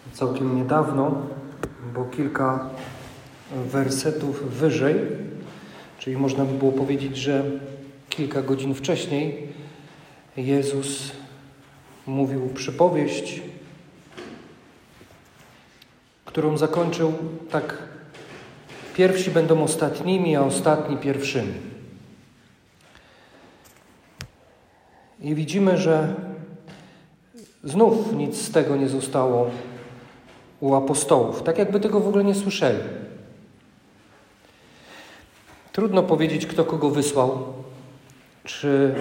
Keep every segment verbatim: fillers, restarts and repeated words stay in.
całkiem niedawno, bo kilka wersetów wyżej, czyli można by było powiedzieć, że kilka godzin wcześniej Jezus mówił przypowieść, którą zakończył tak: pierwsi będą ostatnimi, a ostatni pierwszymi. I widzimy, że znów nic z tego nie zostało u apostołów, tak jakby tego w ogóle nie słyszeli. Trudno powiedzieć, kto kogo wysłał. Czy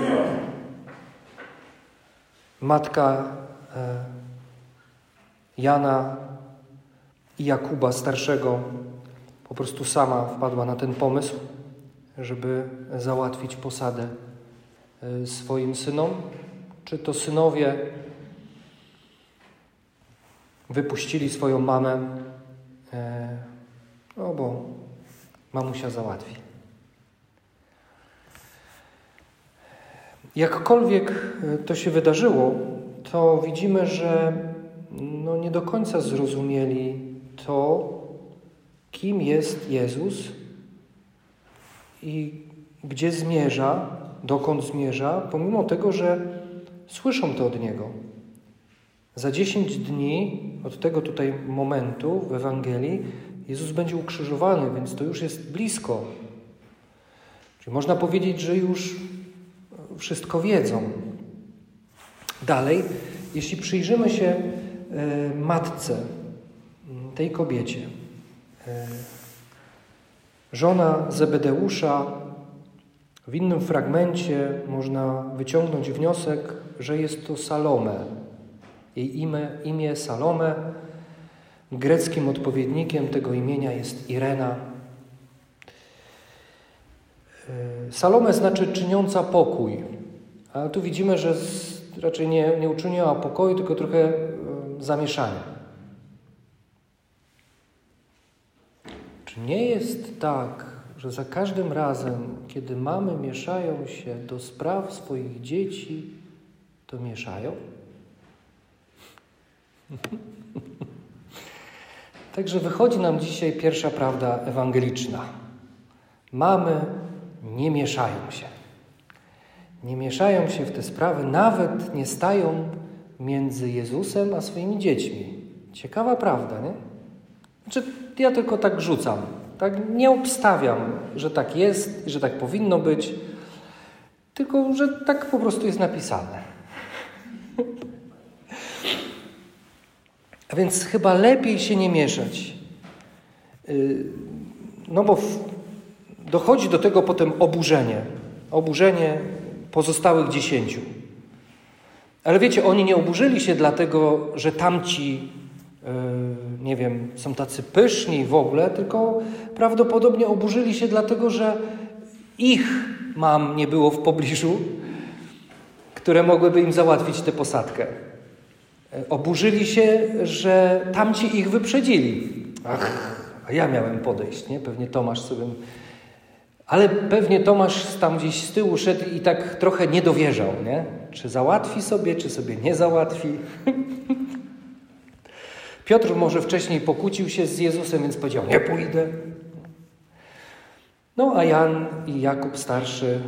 matka Jana i Jakuba starszego po prostu sama wpadła na ten pomysł, żeby załatwić posadę swoim synom? Czy to synowie wypuścili swoją mamę, no bo mamusia załatwi? Jakkolwiek to się wydarzyło, to widzimy, że no nie do końca zrozumieli to, kim jest Jezus i gdzie zmierza, dokąd zmierza, pomimo tego, że słyszą to od Niego. Za dziesięć dni od tego tutaj momentu w Ewangelii Jezus będzie ukrzyżowany, więc to już jest blisko. Czyli można powiedzieć, że już wszystko wiedzą. Dalej, jeśli przyjrzymy się y, matce, tej kobiecie, y, żona Zebedeusza, w innym fragmencie można wyciągnąć wniosek, że jest to Salome. Jej imię, imię Salome, greckim odpowiednikiem tego imienia jest Irena. Salome znaczy czyniąca pokój, a tu widzimy, że raczej nie, nie uczyniła pokoju, tylko trochę zamieszania. Czy nie jest tak, że za każdym razem, kiedy mamy mieszają się do spraw swoich dzieci, to mieszają? Także wychodzi nam dzisiaj pierwsza prawda ewangeliczna. Mamy nie mieszają się. Nie mieszają się w te sprawy, nawet nie stają między Jezusem a swoimi dziećmi. Ciekawa prawda, nie? Znaczy, ja tylko tak rzucam. Tak nie obstawiam, że tak jest i że tak powinno być, tylko że tak po prostu jest napisane. A więc chyba lepiej się nie mieszać. No bo dochodzi do tego potem oburzenie. Oburzenie pozostałych dziesięciu. Ale wiecie, oni nie oburzyli się dlatego, że tamci, nie wiem, są tacy pyszni w ogóle, tylko prawdopodobnie oburzyli się dlatego, że ich mam nie było w pobliżu, które mogłyby im załatwić tę posadkę. Oburzyli się, że tamci ich wyprzedzili. Ach, a ja miałem podejść, nie? Pewnie Tomasz sobie... Ale pewnie Tomasz tam gdzieś z tyłu szedł i tak trochę nie dowierzał, nie? Czy załatwi sobie, czy sobie nie załatwi. Piotr może wcześniej pokłócił się z Jezusem, więc powiedział, nie pójdę. No a Jan i Jakub starszy,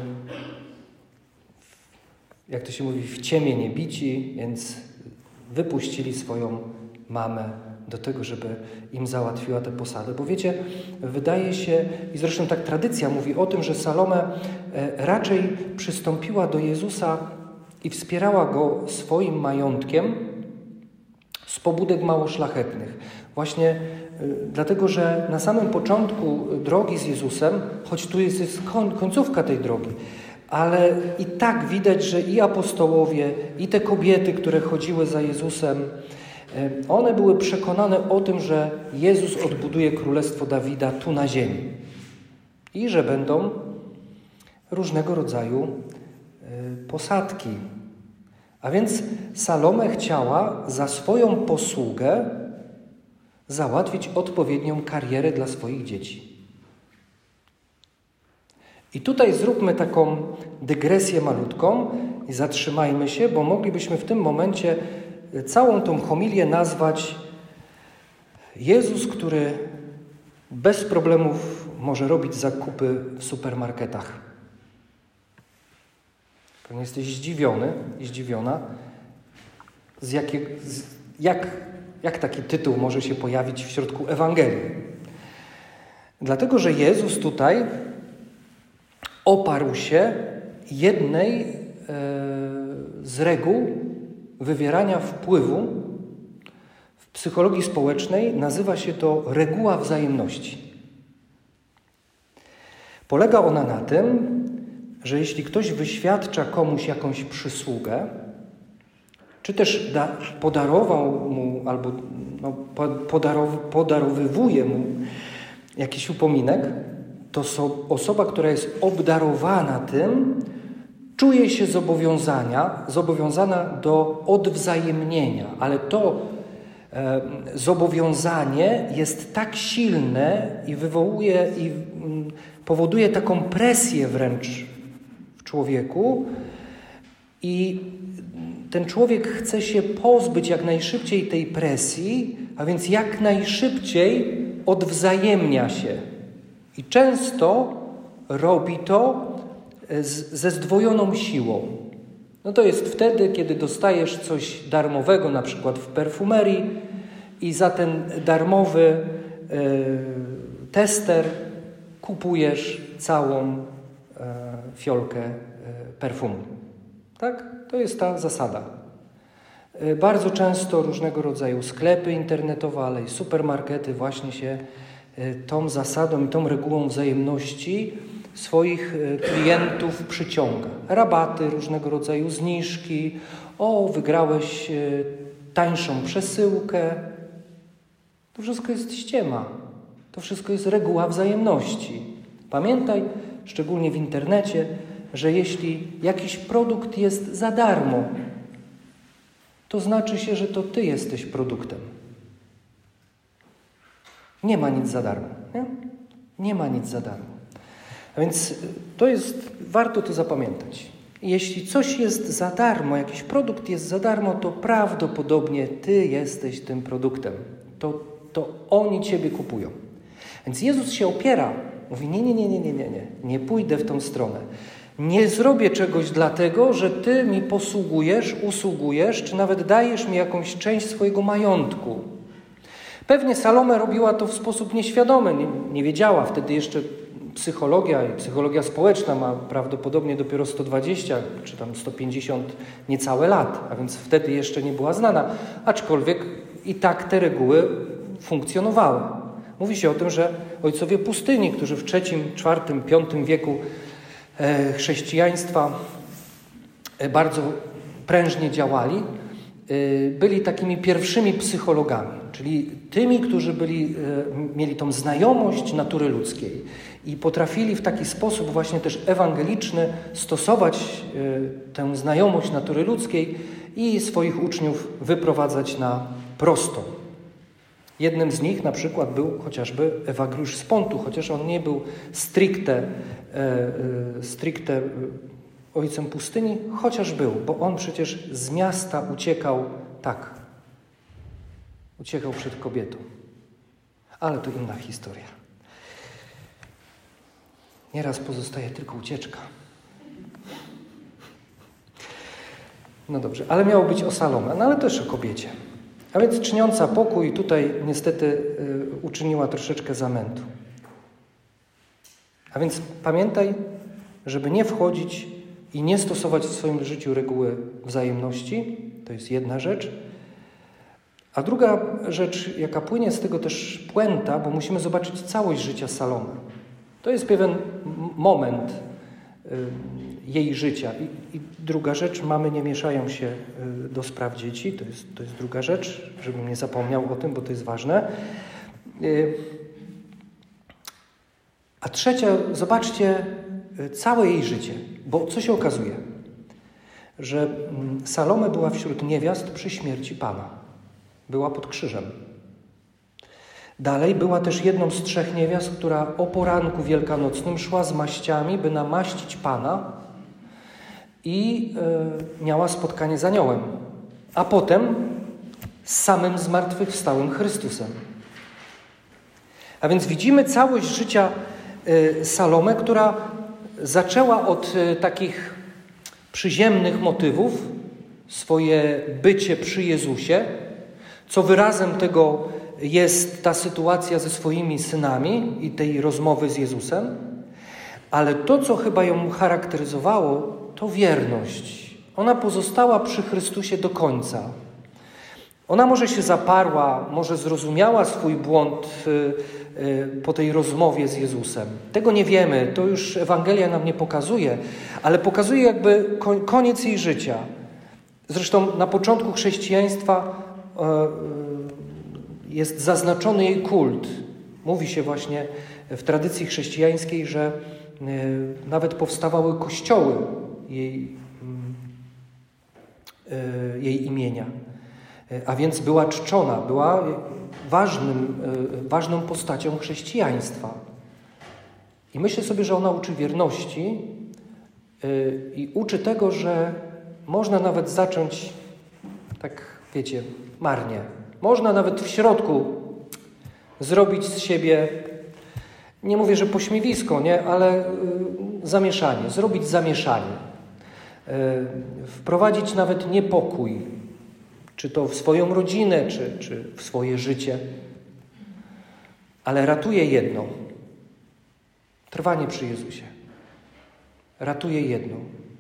jak to się mówi, w ciemię nie bici, więc wypuścili swoją mamę do tego, żeby im załatwiła tę posadę. Bo wiecie, wydaje się, i zresztą tak tradycja mówi o tym, że Salome raczej przystąpiła do Jezusa i wspierała Go swoim majątkiem z pobudek mało szlachetnych. Właśnie dlatego, że na samym początku drogi z Jezusem, choć tu jest, jest końcówka tej drogi, ale i tak widać, że i apostołowie, i te kobiety, które chodziły za Jezusem, one były przekonane o tym, że Jezus odbuduje królestwo Dawida tu na ziemi i że będą różnego rodzaju posadki. A więc Salome chciała za swoją posługę załatwić odpowiednią karierę dla swoich dzieci. I tutaj zróbmy taką dygresję malutką i zatrzymajmy się, bo moglibyśmy w tym momencie całą tą homilię nazwać Jezus, który bez problemów może robić zakupy w supermarketach. Pewnie jesteś zdziwiony i zdziwiona, z jakie, z, jak, jak taki tytuł może się pojawić w środku Ewangelii. Dlatego, że Jezus tutaj oparł się jednej e, z reguł wywierania wpływu w psychologii społecznej. Nazywa się to reguła wzajemności. Polega ona na tym, że jeśli ktoś wyświadcza komuś jakąś przysługę, czy też da, podarował mu albo no, podarow, podarowywuje mu jakiś upominek, to so, osoba, która jest obdarowana tym, czuje się zobowiązania, zobowiązana do odwzajemnienia, ale to e, zobowiązanie jest tak silne i wywołuje i m, powoduje taką presję wręcz w człowieku i ten człowiek chce się pozbyć jak najszybciej tej presji, a więc jak najszybciej odwzajemnia się. I często robi to z, ze zdwojoną siłą. No to jest wtedy, kiedy dostajesz coś darmowego, na przykład w perfumerii i za ten darmowy y, tester kupujesz całą y, fiolkę y, perfumu. Tak? To jest ta zasada. Y, bardzo często różnego rodzaju sklepy internetowe, ale i supermarkety właśnie się tą zasadą i tą regułą wzajemności swoich klientów przyciąga. Rabaty, różnego rodzaju zniżki. O, wygrałeś tańszą przesyłkę. To wszystko jest ściema. To wszystko jest reguła wzajemności. Pamiętaj, szczególnie w internecie, że jeśli jakiś produkt jest za darmo, to znaczy się, że to ty jesteś produktem. Nie ma nic za darmo. Nie? Nie ma nic za darmo. A więc to jest, warto to zapamiętać. Jeśli coś jest za darmo, jakiś produkt jest za darmo, to prawdopodobnie ty jesteś tym produktem. To, to oni ciebie kupują. Więc Jezus się opiera. Mówi, nie, nie, nie, nie, nie, nie, nie. Nie pójdę w tą stronę. Nie zrobię czegoś dlatego, że ty mi posługujesz, usługujesz, czy nawet dajesz mi jakąś część swojego majątku. Pewnie Salome robiła to w sposób nieświadomy, nie, nie wiedziała. Wtedy jeszcze psychologia i psychologia społeczna ma prawdopodobnie dopiero sto dwadzieścia czy tam sto pięćdziesiąt niecałe lat, a więc wtedy jeszcze nie była znana. Aczkolwiek i tak te reguły funkcjonowały. Mówi się o tym, że ojcowie pustyni, którzy w trzecim, czwartym, piątym wieku e, chrześcijaństwa e, bardzo prężnie działali, e, byli takimi pierwszymi psychologami. Czyli tymi, którzy byli, e, mieli tą znajomość natury ludzkiej i potrafili w taki sposób właśnie też ewangeliczny stosować e, tę znajomość natury ludzkiej i swoich uczniów wyprowadzać na prostą. Jednym z nich na przykład był chociażby Ewagriusz z Pontu, chociaż on nie był stricte, e, e, stricte ojcem pustyni, chociaż był, bo on przecież z miasta uciekał tak. Uciekał przed kobietą. Ale to inna historia. Nieraz pozostaje tylko ucieczka. No dobrze, ale miało być o Salome, no ale też o kobiecie. A więc czyniąca pokój tutaj niestety y, uczyniła troszeczkę zamętu. A więc pamiętaj, żeby nie wchodzić i nie stosować w swoim życiu reguły wzajemności. To jest jedna rzecz. A druga rzecz, jaka płynie z tego też puenta, bo musimy zobaczyć całość życia Salomy. To jest pewien moment y, jej życia. I, I druga rzecz, mamy nie mieszają się y, do spraw dzieci. To jest, to jest druga rzecz, żebym nie zapomniał o tym, bo to jest ważne. Y, a trzecia, zobaczcie y, całe jej życie. Bo co się okazuje? Że y, Salome była wśród niewiast przy śmierci Pana. Była pod krzyżem. Dalej była też jedną z trzech niewiast, która o poranku wielkanocnym szła z maściami, by namaścić Pana i y, miała spotkanie z aniołem. A potem z samym zmartwychwstałym Chrystusem. A więc widzimy całość życia Salome, która zaczęła od takich przyziemnych motywów, swoje bycie przy Jezusie, co wyrazem tego jest ta sytuacja ze swoimi synami i tej rozmowy z Jezusem, ale to, co chyba ją charakteryzowało, to wierność. Ona pozostała przy Chrystusie do końca. Ona może się zaparła, może zrozumiała swój błąd po tej rozmowie z Jezusem. Tego nie wiemy, to już Ewangelia nam nie pokazuje, ale pokazuje jakby koniec jej życia. Zresztą na początku chrześcijaństwa jest zaznaczony jej kult. Mówi się właśnie w tradycji chrześcijańskiej, że nawet powstawały kościoły jej, jej imienia. A więc była czczona, była ważnym, ważną postacią chrześcijaństwa. I myślę sobie, że ona uczy wierności i uczy tego, że można nawet zacząć, tak wiecie, marnie. Można nawet w środku zrobić z siebie, nie mówię, że pośmiewisko, nie, ale zamieszanie, zrobić zamieszanie. Wprowadzić nawet niepokój, czy to w swoją rodzinę, czy, czy w swoje życie. Ale ratuje jedno. Trwanie przy Jezusie. Ratuje jedno.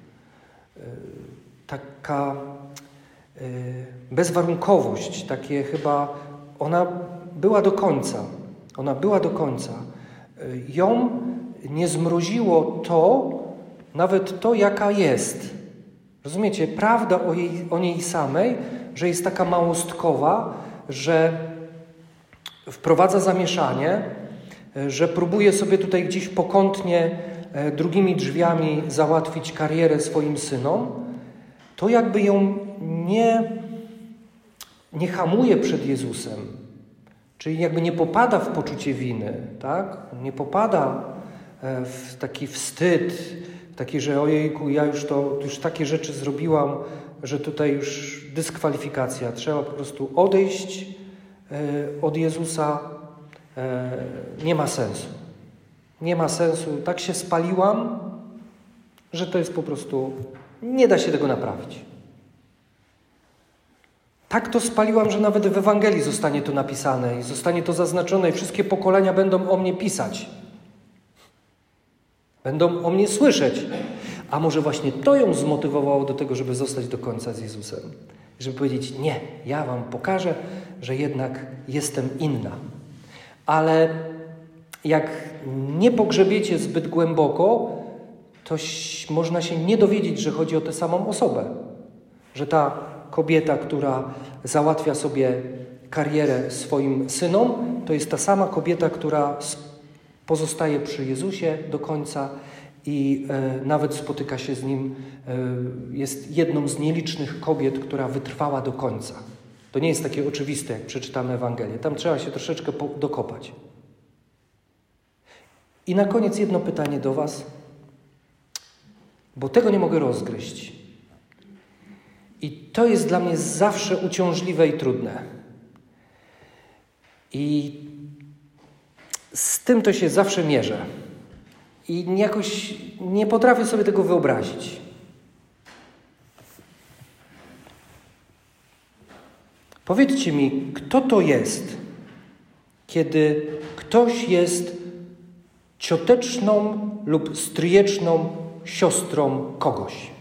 Taka bezwarunkowość, takie chyba, ona była do końca. Ona była do końca. Ją nie zmroziło to, nawet to, jaka jest. Rozumiecie? Prawda o, jej, o niej samej, że jest taka małostkowa, że wprowadza zamieszanie, że próbuje sobie tutaj gdzieś pokątnie drugimi drzwiami załatwić karierę swoim synom, to jakby ją nie, nie hamuje przed Jezusem. Czyli jakby nie popada w poczucie winy, tak? Nie popada w taki wstyd, taki, że ojejku, ja już to, już takie rzeczy zrobiłam, że tutaj już dyskwalifikacja. Trzeba po prostu odejść od Jezusa. Nie ma sensu. Nie ma sensu. Tak się spaliłam, że to jest po prostu, nie da się tego naprawić. Tak to spaliłam, że nawet w Ewangelii zostanie to napisane i zostanie to zaznaczone i wszystkie pokolenia będą o mnie pisać. Będą o mnie słyszeć. A może właśnie to ją zmotywowało do tego, żeby zostać do końca z Jezusem. Żeby powiedzieć, nie, ja wam pokażę, że jednak jestem inna. Ale jak nie pogrzebiecie zbyt głęboko, to można się nie dowiedzieć, że chodzi o tę samą osobę. Że ta kobieta, która załatwia sobie karierę swoim synom, to jest ta sama kobieta, która pozostaje przy Jezusie do końca i e, nawet spotyka się z Nim, e, jest jedną z nielicznych kobiet, która wytrwała do końca. To nie jest takie oczywiste, jak przeczytamy Ewangelię. Tam trzeba się troszeczkę po- dokopać. I na koniec jedno pytanie do was, bo tego nie mogę rozgryźć. I to jest dla mnie zawsze uciążliwe i trudne. I z tym to się zawsze mierzę. I jakoś nie potrafię sobie tego wyobrazić. Powiedzcie mi, kto to jest, kiedy ktoś jest cioteczną lub stryjeczną siostrą kogoś?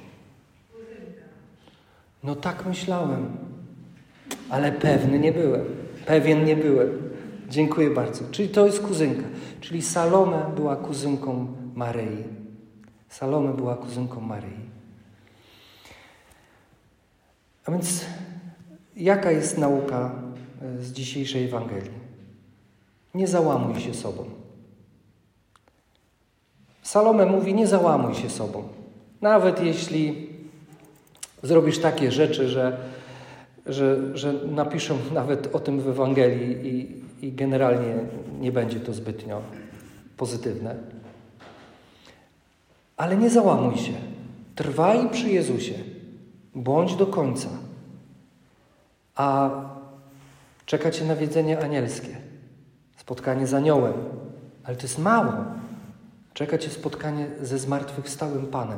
No tak myślałem, ale pewny nie byłem. Pewien nie byłem. Dziękuję bardzo. Czyli to jest kuzynka. Czyli Salome była kuzynką Maryi. Salome była kuzynką Maryi. A więc jaka jest nauka z dzisiejszej Ewangelii? Nie załamuj się sobą. Salome mówi, nie załamuj się sobą. Nawet jeśli zrobisz takie rzeczy, że, że, że napiszą nawet o tym w Ewangelii i, i generalnie nie będzie to zbytnio pozytywne. Ale nie załamuj się. Trwaj przy Jezusie. Bądź do końca. A czeka cię nawiedzenie anielskie. spotkanie z aniołem. Ale to jest mało. Czeka cię spotkanie ze zmartwychwstałym Panem.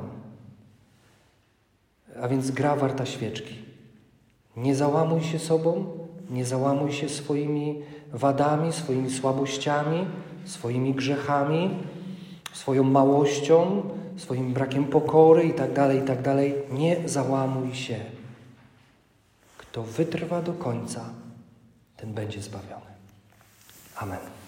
A więc gra warta świeczki. Nie załamuj się sobą, nie załamuj się swoimi wadami, swoimi słabościami, swoimi grzechami, swoją małością, swoim brakiem pokory i tak dalej, i tak dalej. Nie załamuj się. Kto wytrwa do końca, ten będzie zbawiony. Amen.